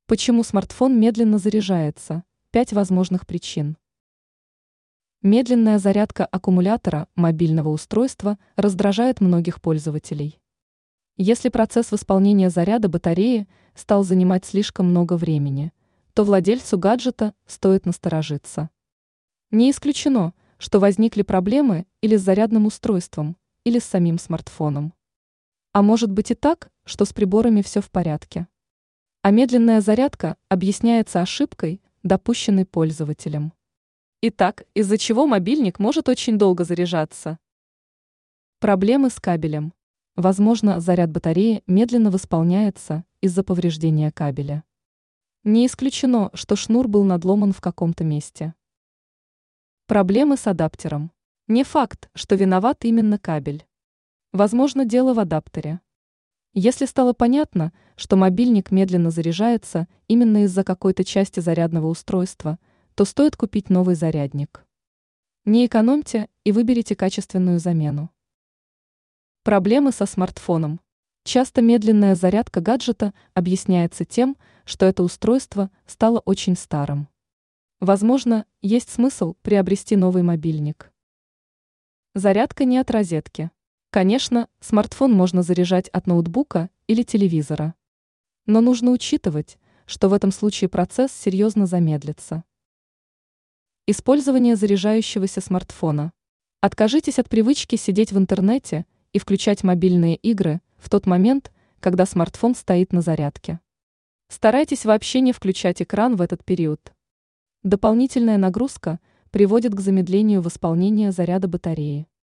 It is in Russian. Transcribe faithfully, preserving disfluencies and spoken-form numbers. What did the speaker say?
Почему смартфон медленно заряжается? Пять возможных причин. Медленная зарядка аккумулятора мобильного устройства раздражает многих пользователей. Если процесс восполнения заряда батареи стал занимать слишком много времени, то владельцу гаджета стоит насторожиться. Не исключено, что возникли проблемы или с зарядным устройством, или с самим смартфоном. А может быть и так, что с приборами все в порядке. А медленная зарядка объясняется ошибкой, допущенной пользователем. Итак, из-за чего мобильник может очень долго заряжаться? Проблемы с кабелем. Возможно, заряд батареи медленно восполняется из-за повреждения кабеля. Не исключено, что шнур был надломан в каком-то месте. Проблемы с адаптером. Не факт, что виноват именно кабель. Возможно, дело в адаптере. Если стало понятно, что мобильник медленно заряжается именно из-за какой-то части зарядного устройства, то стоит купить новый зарядник. Не экономьте и выберите качественную замену. Проблемы со смартфоном. Часто медленная зарядка гаджета объясняется тем, что это устройство стало очень старым. Возможно, есть смысл приобрести новый мобильник. Зарядка не от розетки. Конечно, смартфон можно заряжать от ноутбука или телевизора. Но нужно учитывать, что в этом случае процесс серьезно замедлится. Использование заряжающегося смартфона. Откажитесь от привычки сидеть в интернете и включать мобильные игры в тот момент, когда смартфон стоит на зарядке. Старайтесь вообще не включать экран в этот период. Дополнительная нагрузка приводит к замедлению восполнения заряда батареи.